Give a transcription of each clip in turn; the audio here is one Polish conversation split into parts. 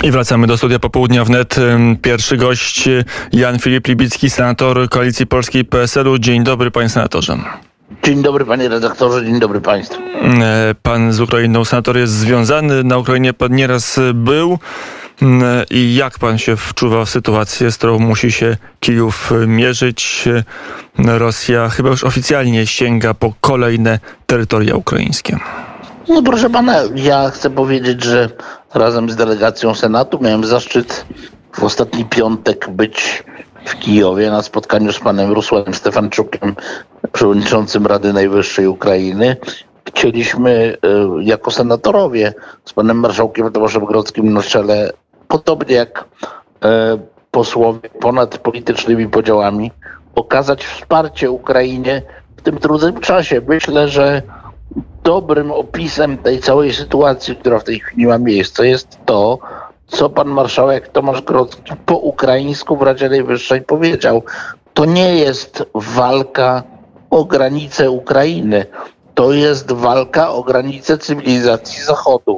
I wracamy do studia Popołudnia Wnet. Pierwszy gość Jan Filip Libicki, senator Koalicji Polskiej PSL-u. Dzień dobry, panie senatorze. Dzień dobry, panie redaktorze, dzień dobry państwu. Pan z Ukrainą, senator jest związany, na Ukrainie pan nieraz był. I jak pan się wczuwa w sytuację, z którą musi się Kijów mierzyć? Rosja chyba już oficjalnie sięga po kolejne terytoria ukraińskie. No proszę pana, ja chcę powiedzieć, że razem z delegacją Senatu miałem zaszczyt w ostatni piątek być w Kijowie na spotkaniu z panem Rusłanem Stefanczukiem, przewodniczącym Rady Najwyższej Ukrainy. Chcieliśmy jako senatorowie z panem marszałkiem Tomaszem Grodzkim na czele, podobnie jak posłowie ponad politycznymi podziałami, okazać wsparcie Ukrainie w tym trudnym czasie. Myślę, że dobrym opisem tej całej sytuacji, która w tej chwili ma miejsce, jest to, co pan marszałek Tomasz Grodzki po ukraińsku w Radzie Najwyższej powiedział. To nie jest walka o granice Ukrainy. To jest walka o granice cywilizacji Zachodu.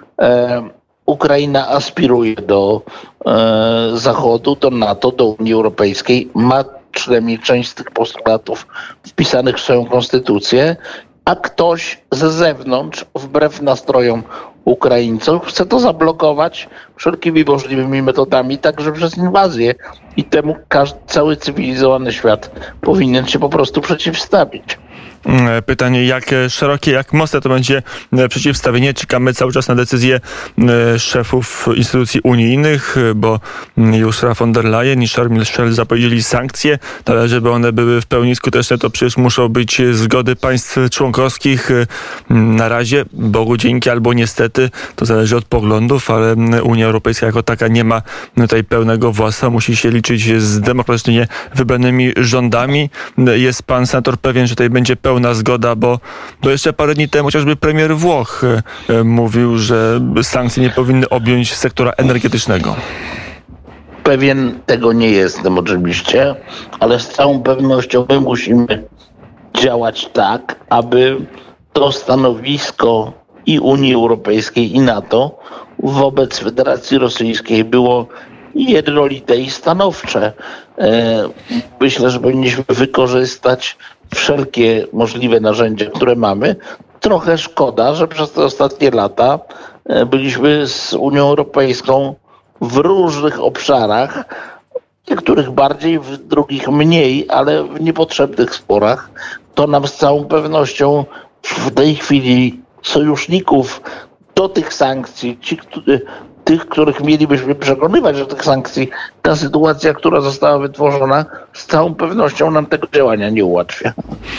Ukraina aspiruje do Zachodu, do NATO, do Unii Europejskiej. Ma przynajmniej część z tych postulatów wpisanych w swoją konstytucję, a ktoś ze zewnątrz, wbrew nastrojom Ukraińców, chce to zablokować wszelkimi możliwymi metodami, także przez inwazję. I temu cały cywilizowany świat powinien się po prostu przeciwstawić. Pytanie, jak szerokie, jak mocne to będzie przeciwstawienie. Czekamy cały czas na decyzję szefów instytucji unijnych, bo Ursula von der Leyen i Charles Michel zapowiedzieli sankcje, ale żeby one były w pełni skuteczne, to przecież muszą być zgody państw członkowskich. Na razie, Bogu dzięki albo niestety, to zależy od poglądów, ale Unia Europejska jako taka nie ma tutaj pełnego władztwa, musi się liczyć z demokratycznie wybranymi rządami. Jest pan senator pewien, że tutaj będzie pełna zgoda, bo jeszcze parę dni temu chociażby premier Włoch mówił, że sankcje nie powinny objąć sektora energetycznego. Pewien tego nie jestem oczywiście, ale z całą pewnością my musimy działać tak, aby to stanowisko i Unii Europejskiej, i NATO wobec Federacji Rosyjskiej było jednolite i stanowcze. Myślę, że powinniśmy wykorzystać wszelkie możliwe narzędzia, które mamy. Trochę szkoda, że przez te ostatnie lata byliśmy z Unią Europejską w różnych obszarach, niektórych bardziej, w drugich mniej, ale w niepotrzebnych sporach. To nam z całą pewnością w tej chwili sojuszników do tych sankcji, tych, których mielibyśmy przekonywać do tych sankcji, ta sytuacja, która została wytworzona, z całą pewnością nam tego działania nie ułatwia.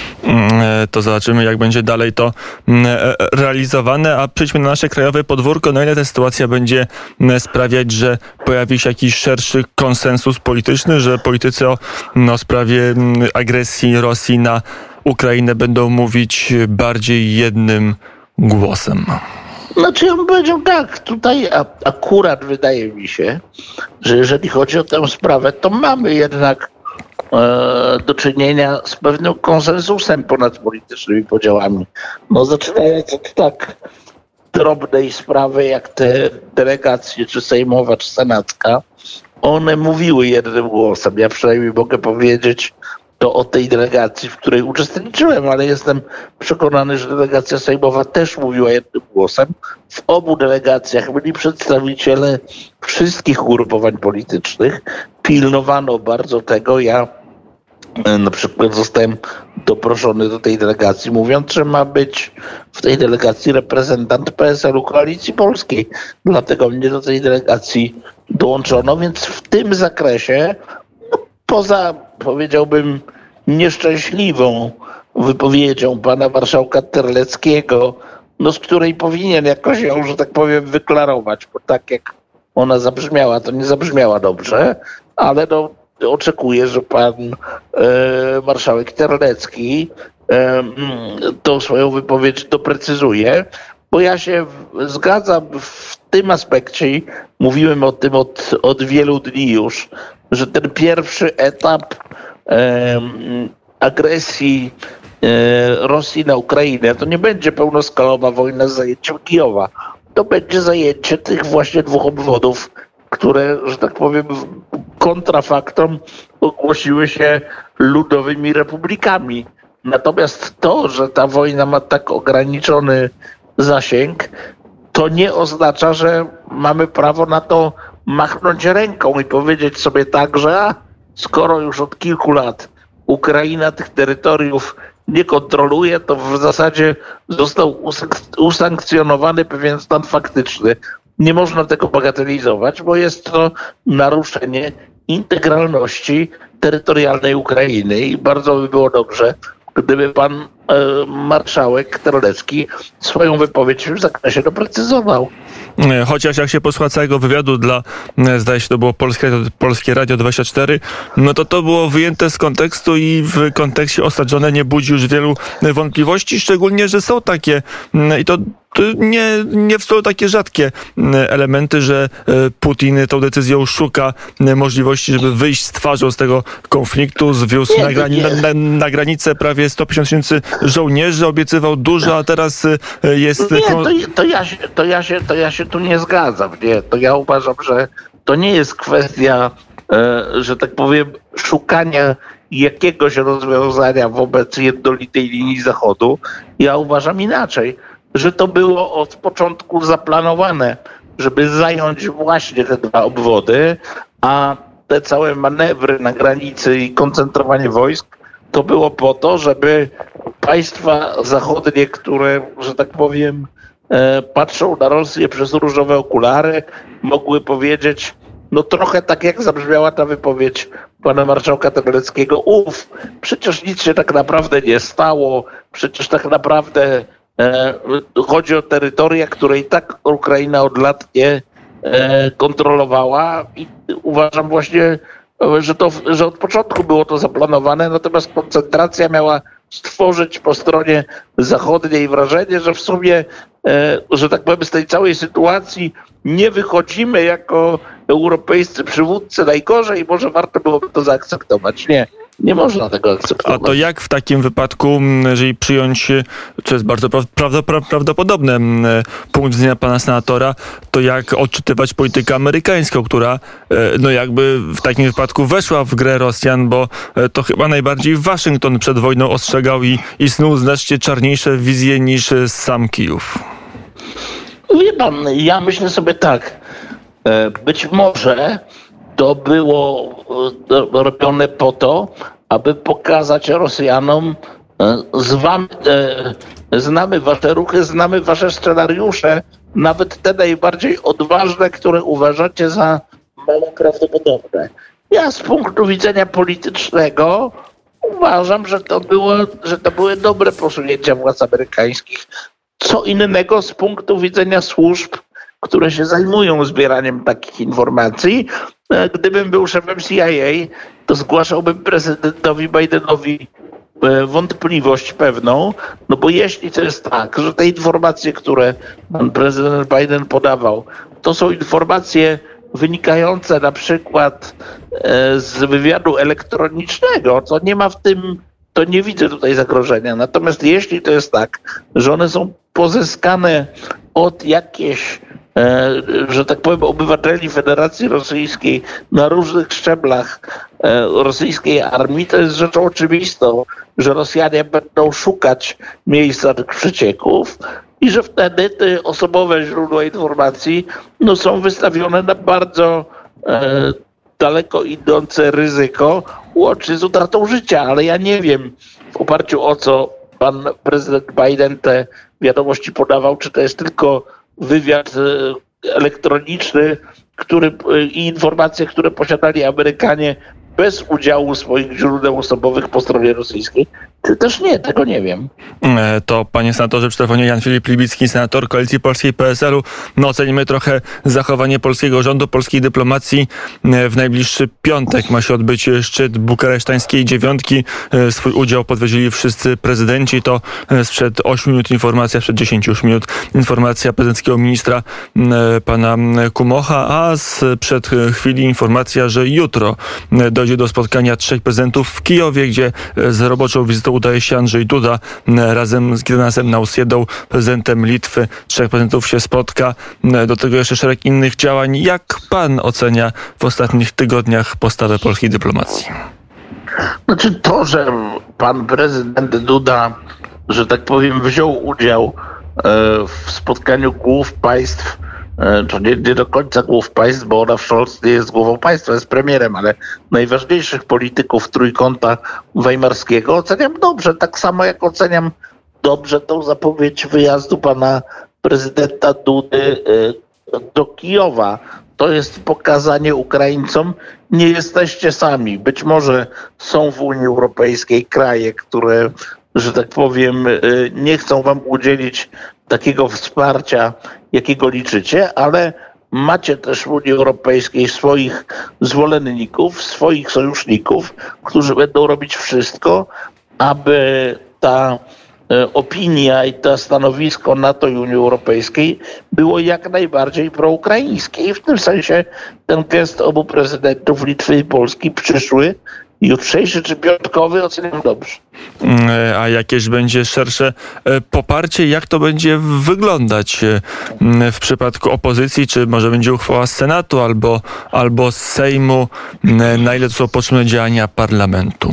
To zobaczymy, jak będzie dalej to realizowane. A przejdźmy na nasze krajowe podwórko. Na ile ta sytuacja będzie sprawiać, że pojawi się jakiś szerszy konsensus polityczny, że politycy o sprawie agresji Rosji na Ukrainę będą mówić bardziej jednym głosem? Znaczy ja bym powiedział tak, tutaj akurat wydaje mi się, że jeżeli chodzi o tę sprawę, to mamy jednak do czynienia z pewnym konsensusem ponad politycznymi podziałami. No zaczynając od tak drobnej sprawy jak te delegacje, czy sejmowa, czy senacka, one mówiły jednym głosem. Ja przynajmniej mogę powiedzieć to o tej delegacji, w której uczestniczyłem, ale jestem przekonany, że delegacja sejmowa też mówiła jednym głosem. W obu delegacjach byli przedstawiciele wszystkich ugrupowań politycznych. Pilnowano bardzo tego. Ja na przykład zostałem doproszony do tej delegacji, mówiąc, że ma być w tej delegacji reprezentant PSL-u Koalicji Polskiej. Dlatego mnie do tej delegacji dołączono, więc w tym zakresie poza, powiedziałbym, nieszczęśliwą wypowiedzią pana marszałka Terleckiego, z której powinien jakoś ją, że tak powiem, wyklarować, bo tak jak ona zabrzmiała, to nie zabrzmiała dobrze, ale oczekuję, że pan marszałek Terlecki tą swoją wypowiedź doprecyzuje, bo ja się zgadzam w tym aspekcie i mówiłem o tym od wielu dni już, że ten pierwszy etap agresji Rosji na Ukrainę to nie będzie pełnoskalowa wojna z zajęciem Kijowa. to będzie zajęcie tych właśnie 2 obwodów, które, że tak powiem, kontrafaktom ogłosiły się ludowymi republikami. Natomiast to, że ta wojna ma tak ograniczony zasięg, to nie oznacza, że mamy prawo na to machnąć ręką i powiedzieć sobie tak, że skoro już od kilku lat Ukraina tych terytoriów nie kontroluje, to w zasadzie został usankcjonowany pewien stan faktyczny. Nie można tego bagatelizować, bo jest to naruszenie integralności terytorialnej Ukrainy i bardzo by było dobrze, gdyby pan marszałek Terlecki swoją wypowiedź w tym zakresie doprecyzował. Chociaż jak się posłucha całego wywiadu dla, zdaje się, to było Polskie Radio 24, no to było wyjęte z kontekstu i w kontekście osadzone nie budzi już wielu wątpliwości, szczególnie, że są takie, i to nie są takie rzadkie elementy, że Putin tą decyzją szuka możliwości, żeby wyjść z twarzą z tego konfliktu, zwiózł na granicę prawie 150 000 żołnierzy, obiecywał dużo, a teraz jest... To ja się tu nie zgadzam. Nie, to ja uważam, że to nie jest kwestia, że tak powiem, szukania jakiegoś rozwiązania wobec jednolitej linii Zachodu. Ja uważam inaczej, że to było od początku zaplanowane, żeby zająć właśnie te 2 obwody, a te całe manewry na granicy i koncentrowanie wojsk to było po to, żeby państwa zachodnie, które, że tak powiem, patrzą na Rosję przez różowe okulary, mogły powiedzieć, no trochę tak jak zabrzmiała ta wypowiedź pana marszałka Terleckiego, przecież nic się tak naprawdę nie stało, przecież tak naprawdę chodzi o terytoria, które i tak Ukraina od lat nie kontrolowała i uważam właśnie, że od początku było to zaplanowane, natomiast koncentracja miała stworzyć po stronie zachodniej wrażenie, że w sumie, że tak powiem, z tej całej sytuacji nie wychodzimy jako europejscy przywódcy najgorzej i może warto byłoby to zaakceptować. Nie można tego akceptować. A to jak w takim wypadku, jeżeli przyjąć, co jest bardzo prawdopodobne, punkt widzenia pana senatora, to jak odczytywać politykę amerykańską, która no jakby w takim wypadku weszła w grę Rosjan, bo to chyba najbardziej Waszyngton przed wojną ostrzegał i snuł znacznie czarniejsze wizje niż sam Kijów. Wie pan, ja myślę sobie tak, być może to było robione po to, aby pokazać Rosjanom, znamy wasze ruchy, znamy wasze scenariusze, nawet te najbardziej odważne, które uważacie za mało prawdopodobne. Ja z punktu widzenia politycznego uważam, że to były dobre posunięcia władz amerykańskich. Co innego z punktu widzenia służb, które się zajmują zbieraniem takich informacji. Gdybym był szefem CIA, to zgłaszałbym prezydentowi Bidenowi wątpliwość pewną, no bo jeśli to jest tak, że te informacje, które pan prezydent Biden podawał, to są informacje wynikające na przykład z wywiadu elektronicznego, to nie ma w tym, to nie widzę tutaj zagrożenia. Natomiast jeśli to jest tak, że one są pozyskane od jakiejś, że tak powiem, obywateli Federacji Rosyjskiej na różnych szczeblach rosyjskiej armii, to jest rzeczą oczywistą, że Rosjanie będą szukać miejsca tych przecieków i że wtedy te osobowe źródła informacji są wystawione na bardzo daleko idące ryzyko, łącznie z utratą życia, ale ja nie wiem, w oparciu o co pan prezydent Biden te wiadomości podawał, czy to jest tylko wywiad elektroniczny, i informacje, które posiadali Amerykanie bez udziału swoich źródeł osobowych po stronie rosyjskiej, czy też nie, tego nie wiem. To panie senatorze, przy telefonie Jan Filip Libicki, senator Koalicji Polskiej PSL-u. Ocenimy trochę zachowanie polskiego rządu, polskiej dyplomacji. W najbliższy piątek ma się odbyć szczyt bukaresztańskiej dziewiątki. Swój udział podwiedzili wszyscy prezydenci. To sprzed 8 minut informacja, sprzed 10 już minut informacja prezydenckiego ministra pana Kumocha, a sprzed chwili informacja, że jutro dojdzie do spotkania 3 prezydentów w Kijowie, gdzie z roboczą wizytą udaje się Andrzej Duda razem z Gitanesem Nausjedą, prezydentem Litwy. 3 prezydentów się spotka. Do tego jeszcze szereg innych działań. Jak pan ocenia w ostatnich tygodniach postawę polskiej dyplomacji? Znaczy to, że pan prezydent Duda, że tak powiem, wziął udział w spotkaniu głów państw, to nie do końca głów państw, bo Olaf Scholz nie jest głową państwa, jest premierem, ale najważniejszych polityków trójkąta weimarskiego oceniam dobrze, tak samo jak oceniam dobrze tą zapowiedź wyjazdu pana prezydenta Dudy do Kijowa. To jest pokazanie Ukraińcom, nie jesteście sami. Być może są w Unii Europejskiej kraje, które, że tak powiem, nie chcą wam udzielić takiego wsparcia, jakiego liczycie, ale macie też w Unii Europejskiej swoich zwolenników, swoich sojuszników, którzy będą robić wszystko, aby ta opinia i to stanowisko NATO i Unii Europejskiej było jak najbardziej proukraińskie. I w tym sensie ten gest obu prezydentów Litwy i Polski przyszły, jutrzejszy czy piątkowy, oceniam dobrze. A jakież będzie szersze poparcie? Jak to będzie wyglądać w przypadku opozycji? Czy może będzie uchwała z Senatu albo z Sejmu? Na ile to są potrzebne działania parlamentu?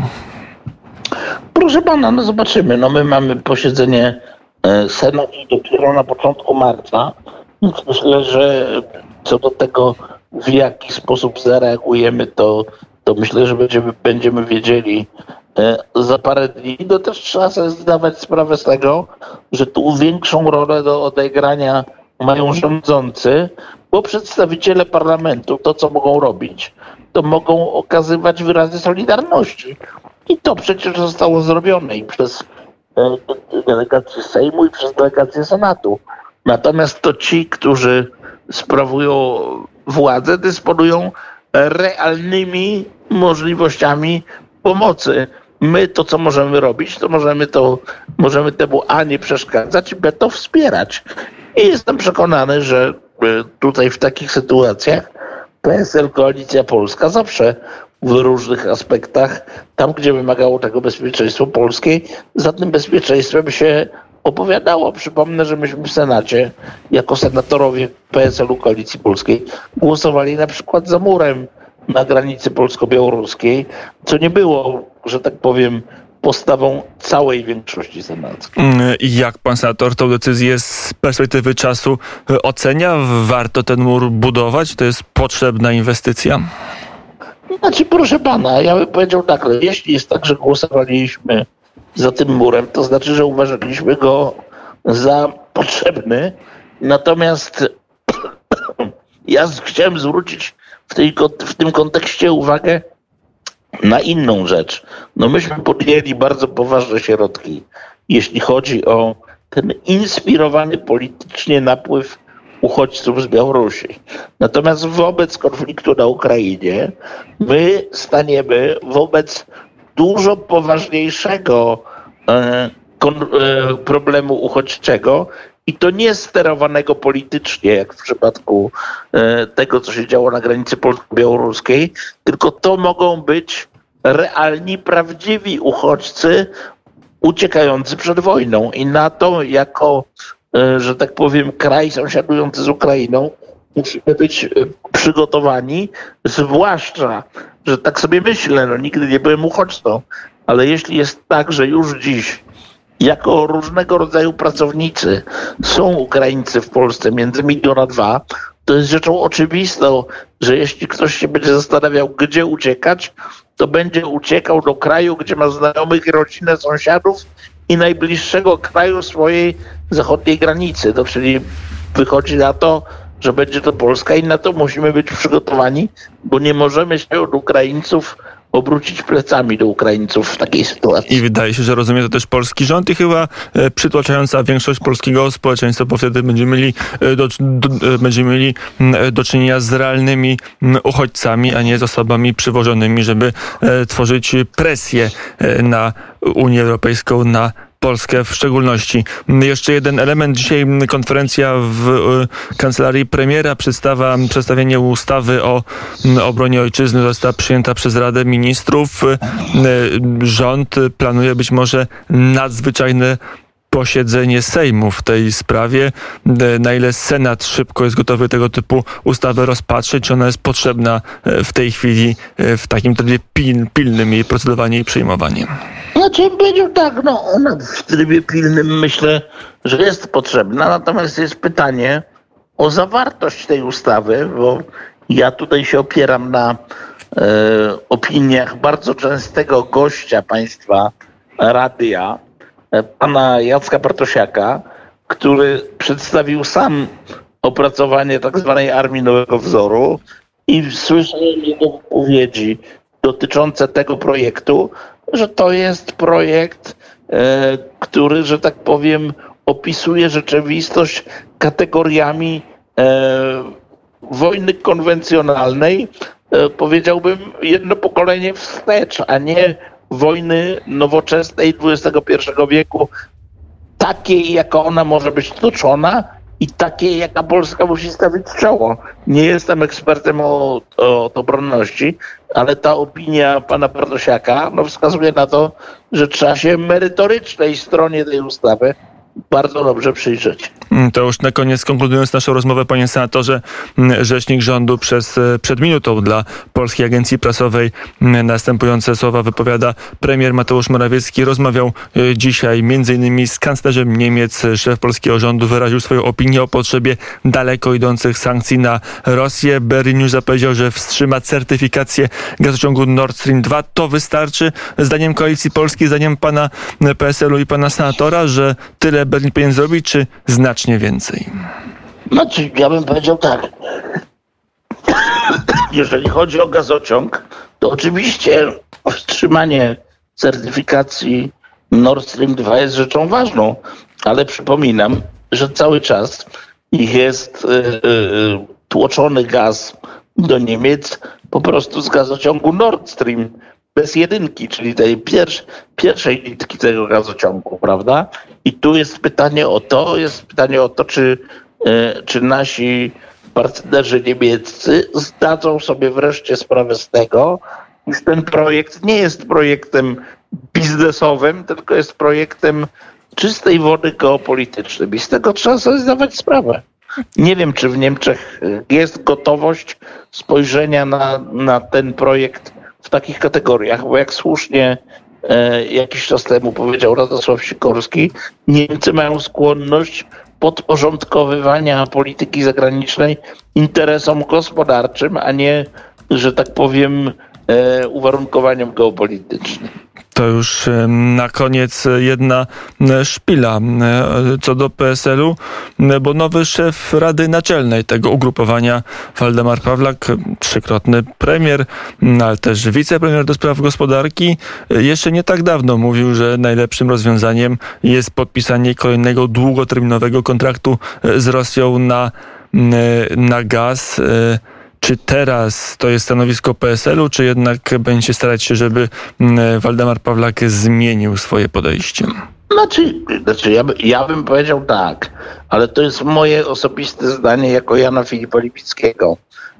Proszę pana, no zobaczymy. No my mamy posiedzenie Senatu dopiero na początku marca. Więc myślę, że co do tego, w jaki sposób zareagujemy, to myślę, że będziemy wiedzieli za parę dni. No też trzeba sobie zdawać sprawę z tego, że tu większą rolę do odegrania mają rządzący, bo przedstawiciele parlamentu to, co mogą robić, to mogą okazywać wyrazy solidarności. I to przecież zostało zrobione i przez delegację Sejmu i przez delegację Senatu. Natomiast to ci, którzy sprawują władzę, dysponują realnymi możliwościami pomocy. My to, co możemy robić, to możemy temu nie przeszkadzać, b to wspierać. I jestem przekonany, że tutaj w takich sytuacjach PSL, Koalicja Polska zawsze w różnych aspektach, tam gdzie wymagało tego bezpieczeństwo polskiej, za tym bezpieczeństwem się opowiadało. Przypomnę, że myśmy w Senacie, jako senatorowie PSL-u Koalicji Polskiej, głosowali na przykład za murem na granicy polsko-białoruskiej, co nie było, że tak powiem, postawą całej większości senackiej. I jak pan senator tą decyzję z perspektywy czasu ocenia? Warto ten mur budować? To jest potrzebna inwestycja? Znaczy, proszę pana, ja bym powiedział tak, jeśli jest tak, że głosowaliśmy za tym murem, to znaczy, że uważaliśmy go za potrzebny. Natomiast ja chciałem zwrócić w tym kontekście uwagę na inną rzecz. No myśmy podjęli bardzo poważne środki, jeśli chodzi o ten inspirowany politycznie napływ uchodźców z Białorusi. Natomiast wobec konfliktu na Ukrainie my staniemy wobec dużo poważniejszego problemu uchodźczego i to nie sterowanego politycznie, jak w przypadku tego, co się działo na granicy polsko-białoruskiej, tylko to mogą być realni, prawdziwi uchodźcy uciekający przed wojną. I na to jako, że tak powiem, kraj sąsiadujący z Ukrainą musimy być przygotowani, zwłaszcza, że tak sobie myślę, no nigdy nie byłem uchodźcą, ale jeśli jest tak, że już dziś jako różnego rodzaju pracownicy są Ukraińcy w Polsce między 1 milion a 2, to jest rzeczą oczywistą, że jeśli ktoś się będzie zastanawiał, gdzie uciekać, to będzie uciekał do kraju, gdzie ma znajomych i rodzinę, sąsiadów i najbliższego kraju swojej zachodniej granicy. To czyli wychodzi na to, że będzie to Polska i na to musimy być przygotowani, bo nie możemy się od Ukraińców obrócić plecami do Ukraińców w takiej sytuacji. I wydaje się, że rozumie to też polski rząd i chyba przytłaczająca większość polskiego społeczeństwa, bo wtedy będziemy mieli do czynienia z realnymi uchodźcami, a nie z osobami przywożonymi, żeby tworzyć presję na Unię Europejską, na Polskę w szczególności. Jeszcze jeden element. Dzisiaj konferencja w kancelarii premiera, przedstawienie ustawy o obronie ojczyzny została przyjęta przez Radę Ministrów. Rząd planuje być może nadzwyczajne posiedzenie Sejmu w tej sprawie. Na ile Senat szybko jest gotowy tego typu ustawę rozpatrzyć, czy ona jest potrzebna w tej chwili w takim trybie pilnym jej procedowanie i przyjmowanie? Znaczy, powiedział tak, ona w trybie pilnym myślę, że jest potrzebna, natomiast jest pytanie o zawartość tej ustawy, bo ja tutaj się opieram na opiniach bardzo częstego gościa państwa radia, pana Jacka Bartosiaka, który przedstawił sam opracowanie tak zwanej Armii Nowego Wzoru i słyszałem jego wypowiedzi dotyczące tego projektu, że to jest projekt, który, że tak powiem, opisuje rzeczywistość kategoriami wojny konwencjonalnej, powiedziałbym jedno pokolenie wstecz, a nie wojny nowoczesnej XXI wieku, takiej, jaka ona może być toczona i takiej, jaka Polska musi stawić czoło. Nie jestem ekspertem od obronności, ale ta opinia pana Bartosiaka wskazuje na to, że trzeba się merytorycznej stronie tej ustawy bardzo dobrze przyjrzeć. To już na koniec, konkludując naszą rozmowę, panie senatorze, rzecznik rządu przed minutą dla Polskiej Agencji Prasowej następujące słowa wypowiada. Premier Mateusz Morawiecki rozmawiał dzisiaj m.in. z kanclerzem Niemiec. Szef polskiego rządu wyraził swoją opinię o potrzebie daleko idących sankcji na Rosję. Berlin już zapowiedział, że wstrzyma certyfikację gazociągu Nord Stream 2. To wystarczy, zdaniem Koalicji Polskiej, zdaniem pana PSL-u i pana senatora, że tyle Berlin powinien zrobić, czy znacznie więcej? Znaczy, ja bym powiedział tak. Jeżeli chodzi o gazociąg, to oczywiście wstrzymanie certyfikacji Nord Stream 2 jest rzeczą ważną, ale przypominam, że cały czas jest tłoczony gaz do Niemiec po prostu z gazociągu Nord Stream, bez jedynki, czyli tej pierwszej nitki tego gazociągu, prawda? I tu jest pytanie o to, czy nasi partnerzy niemieccy zdadzą sobie wreszcie sprawę z tego, iż ten projekt nie jest projektem biznesowym, tylko jest projektem czystej wody geopolitycznym. I z tego trzeba sobie zdawać sprawę. Nie wiem, czy w Niemczech jest gotowość spojrzenia na ten projekt w takich kategoriach, bo jak słusznie jakiś czas temu powiedział Radosław Sikorski, Niemcy mają skłonność podporządkowywania polityki zagranicznej interesom gospodarczym, a nie, że tak powiem, uwarunkowaniom geopolitycznym. To już na koniec jedna szpila co do PSL-u, bo nowy szef Rady Naczelnej tego ugrupowania, Waldemar Pawlak, trzykrotny premier, ale też wicepremier do spraw gospodarki, jeszcze nie tak dawno mówił, że najlepszym rozwiązaniem jest podpisanie kolejnego długoterminowego kontraktu z Rosją na gaz. Czy teraz to jest stanowisko PSL-u, czy jednak będzie starać się, żeby Waldemar Pawlak zmienił swoje podejście? Znaczy ja bym powiedział tak, ale to jest moje osobiste zdanie jako Jana Filipa Lipickiego.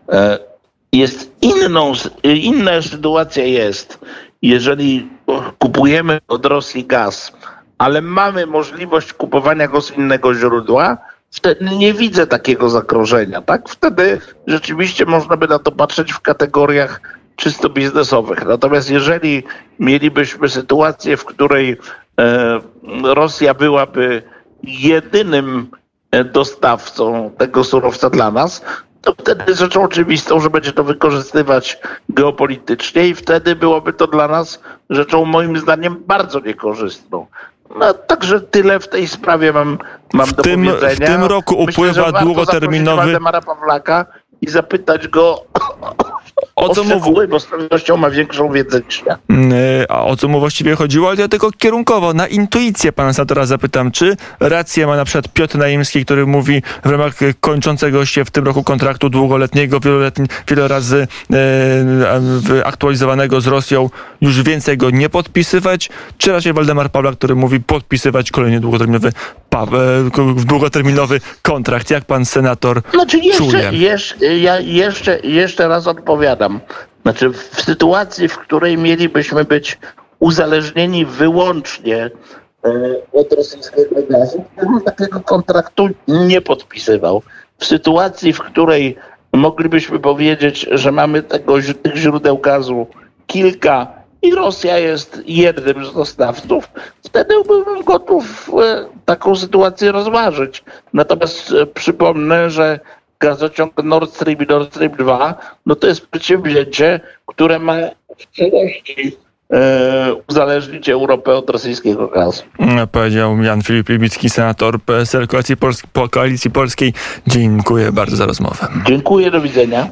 Inna sytuacja jest, jeżeli kupujemy od Rosji gaz, ale mamy możliwość kupowania go z innego źródła, wtedy nie widzę takiego zagrożenia, tak? Wtedy rzeczywiście można by na to patrzeć w kategoriach czysto biznesowych. Natomiast jeżeli mielibyśmy sytuację, w której Rosja byłaby jedynym dostawcą tego surowca dla nas, to wtedy jest rzeczą oczywistą, że będzie to wykorzystywać geopolitycznie i wtedy byłoby to dla nas rzeczą moim zdaniem bardzo niekorzystną. No, także tyle w tej sprawie mam do powiedzenia. W tym roku upływa długoterminowy... Waldemara Pawlaka i zapytać go o co mu... szczegóły, bo z pewnością ma większą wiedzę niż ja. A o co mu właściwie chodziło? Ale ja tylko kierunkowo, na intuicję pana senatora zapytam, czy rację ma na przykład Piotr Naimski, który mówi w ramach kończącego się w tym roku kontraktu długoletniego, wiele razy aktualizowanego z Rosją, już więcej go nie podpisywać, czy raczej Waldemar Pawlak, który mówi podpisywać kolejny długoterminowy kontrakt. Jak pan senator czuje? Jeszcze raz odpowiadam. Znaczy, w sytuacji, w której mielibyśmy być uzależnieni wyłącznie od rosyjskiego gazu, to bym takiego kontraktu nie podpisywał. W sytuacji, w której moglibyśmy powiedzieć, że mamy tych źródeł gazu kilka i Rosja jest jednym z dostawców, wtedy byłbym gotów taką sytuację rozważyć. Natomiast przypomnę, że gazociąg Nord Stream i Nord Stream 2, no to jest przedsięwzięcie, które ma w całości uzależnić Europę od rosyjskiego gazu. Powiedział Jan Filip Libicki, senator PSL Koalicji Polskiej. Dziękuję bardzo za rozmowę. Dziękuję, do widzenia.